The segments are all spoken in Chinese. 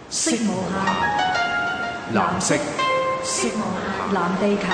色無限，藍色，色無限，藍地球。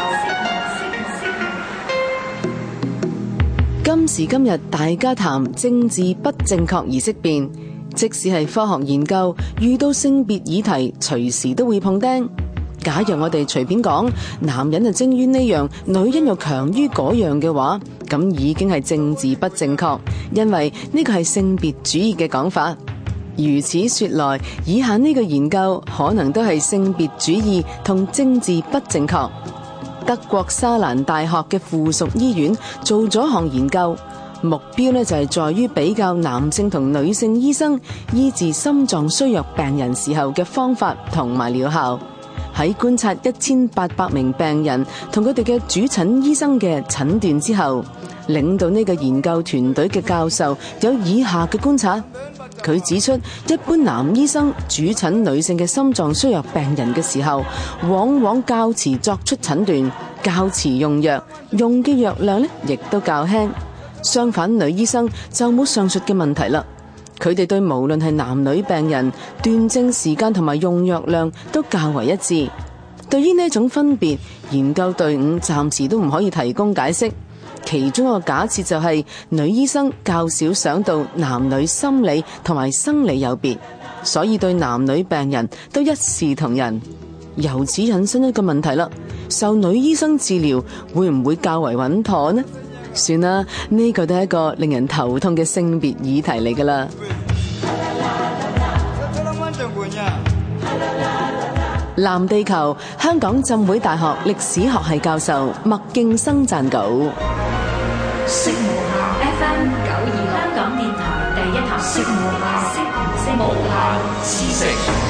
今時今日，大家談政治不正確而色變，即使係科學研究，遇到性別議題，隨時都會碰釘。假若我哋隨便講男人就精於呢樣，女人又強於嗰樣嘅話，咁已經係政治不正確，因為呢個係性別主義嘅講法。如此說來，以下呢個研究可能都係性別主義同政治不正確。德國沙蘭大學嘅附屬醫院做咗項研究，目標呢就係在於比較男性同女性醫生醫治心臟衰弱病人時候嘅方法同埋療效。喺觀察1800名病人同佢哋嘅主診醫生嘅診斷之後，領導呢個研究團隊嘅教授有以下嘅觀察。佢指出，一般男醫生主診女性嘅心臟衰弱病人嘅時候，往往較遲作出診斷，較遲用藥，用嘅藥量呢亦都較輕。相反，女醫生就冇上述嘅問題啦。佢哋對無論係男女病人斷症時間同埋用藥量都較為一致。對於呢種分別，研究隊伍暫時都唔可以提供解釋。其中一個假設就係女醫生較少想到男女心理同埋生理有別，所以對男女病人都一視同仁。由此引申一個問題啦，受女醫生治療會唔會較為穩妥呢？算啦，呢個都係一個令人頭痛嘅性別議題嚟㗎啦。藍地球，香港浸會大學歷史學系教授麥勁生撰稿。 色無限 FM 926，香港電台第一台，色無限，色無限，知識。